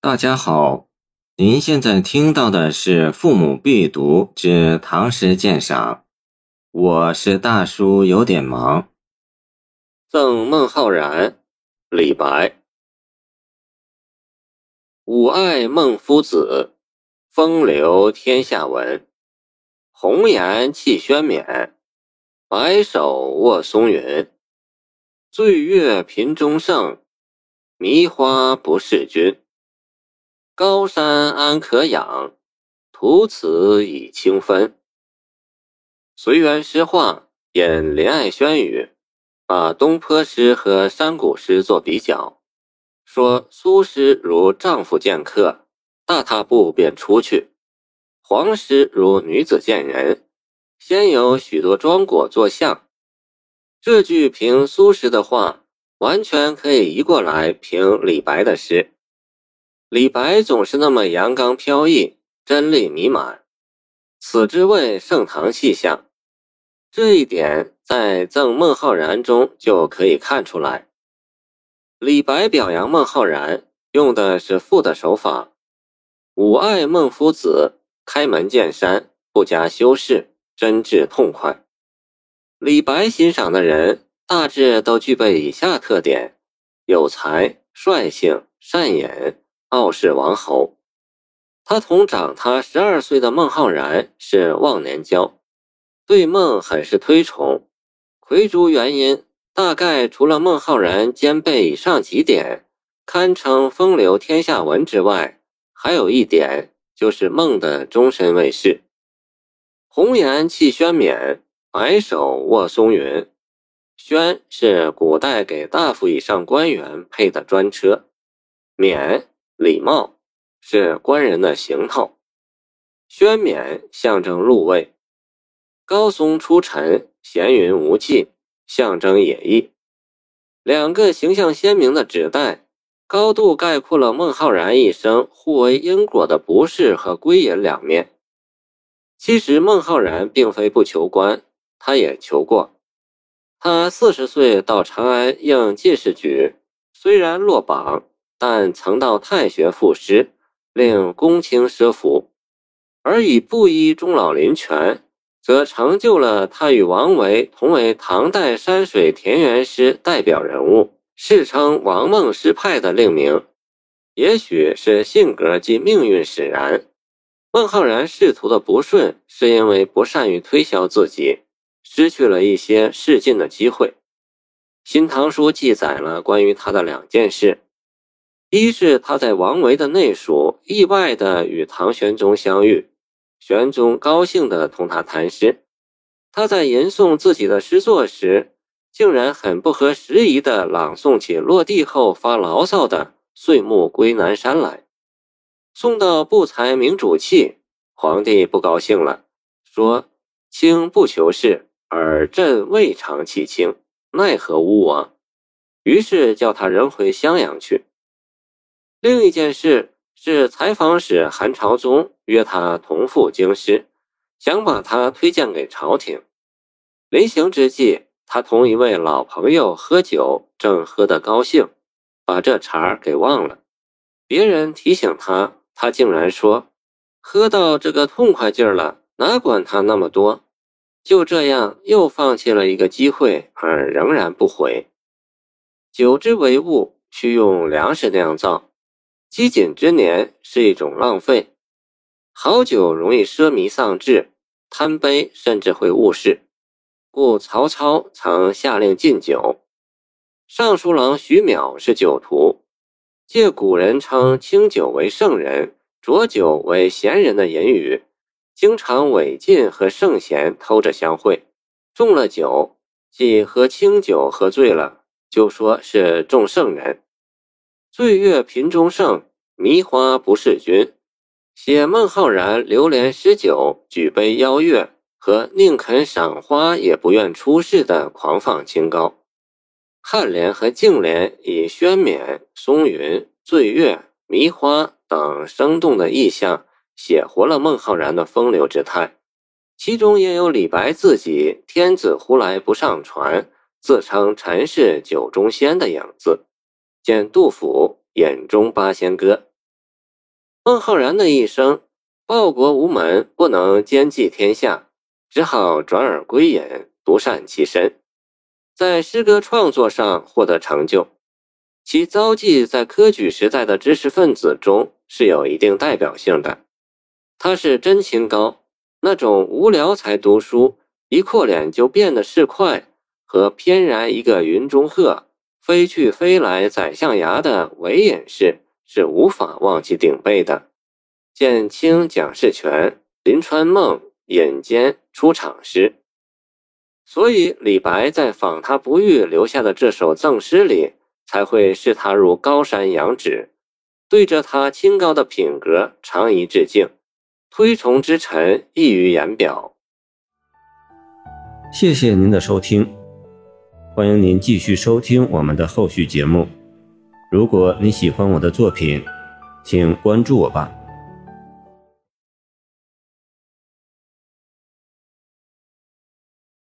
大家好，您现在听到的是《父母必读之唐诗鉴赏》，我是大叔，有点忙。赠孟浩然，李白。吾爱孟夫子，风流天下闻。红颜弃轩冕，白首卧松云。醉月频中圣，迷花不是君。高山安可仰，徒此以清分。随园诗画引怜爱轩语，把东坡诗和山谷诗做比较，说苏诗如丈夫见客，大踏步便出去；黄诗如女子见人，先有许多庄果作相。这句评苏诗的话，完全可以移过来评李白的诗。李白总是那么阳刚飘逸，真力弥满，此之谓盛唐气象。这一点在赠孟浩然中就可以看出来。李白表扬孟浩然用的是赋的手法，吾爱孟夫子，开门见山，不加修饰，真挚痛快。李白欣赏的人大致都具备以下特点：有才、率性、善言，傲视王侯。他同长他12岁的孟浩然是忘年交，对孟很是推崇。魁逐原因大概除了孟浩然兼备以上几点，堪称风流天下闻之外，还有一点就是孟的终身卫士。红颜弃轩冕，白首卧松云。轩是古代给大夫以上官员配的专车，冕礼帽是官人的行头，轩冕象征禄位，高松出尘，闲云无际，象征野意。两个形象鲜明的指代，高度概括了孟浩然一生互为因果的不是和归隐两面。其实孟浩然并非不求官，他也求过。他40岁到长安应进士举，虽然落榜，但曾到太学赋诗，令公卿奢服。而以布衣终老林泉，则成就了他与王维同为唐代山水田园诗代表人物，世称王孟诗派的令名。也许是性格及命运使然，孟浩然仕途的不顺是因为不善于推销自己，失去了一些试镜的机会。新唐书记载了关于他的2件事，一是他在王维的内署意外地与唐玄宗相遇，玄宗高兴地同他谈诗，他在吟诵自己的诗作时，竟然很不合时宜地朗诵起落地后发牢骚的岁暮归南山来。送到不才明主器，皇帝不高兴了，说卿不求是，而朕未尝弃卿，奈何乎啊？于是叫他扔回襄阳去。另一件事是采访使韩朝宗约他同赴京师，想把他推荐给朝廷。临行之际，他同一位老朋友喝酒，正喝得高兴，把这茬给忘了。别人提醒他，他竟然说喝到这个痛快劲儿了，哪管他那么多。就这样又放弃了一个机会，而仍然不悔。酒之为物，需用粮食酿造，饥馑之年是一种浪费。好酒容易奢靡丧志，贪杯甚至会误事，故曹操曾下令禁酒。尚书郎徐邈是酒徒，借古人称清酒为圣人，浊酒为贤人的隐语，经常违禁和圣贤偷着相会，中了酒，即喝清酒喝醉了，就说是中圣人。醉月频中圣，迷花不是君，写孟浩然流连诗酒，举杯邀月，和宁肯赏花也不愿出世的狂放清高。颔联和颈联以轩冕、松云、醉月、迷花等生动的意象写活了孟浩然的风流之态，其中也有李白自己天子呼来不上船，自称臣是酒中仙的影子。见杜甫《眼中八仙歌》。 孟浩然的一生报国无门，不能兼济天下，只好转而归隐，独善其身，在诗歌创作上获得成就。其遭际在科举时代的知识分子中是有一定代表性的。他是真清高，那种无聊才读书，一扩脸就变得市侩，和翩然一个云中鹤，飞去飞来宰相衙的韦隐士是无法忘记顶背的。见清蒋士权、临川梦、尹坚出场诗。所以李白在访他不遇留下的这首赠诗里，才会视他如高山仰止，对着他清高的品格长揖致敬，推崇之臣溢于言表。 谢谢您的收听，欢迎您继续收听我们的后续节目。如果你喜欢我的作品，请关注我吧。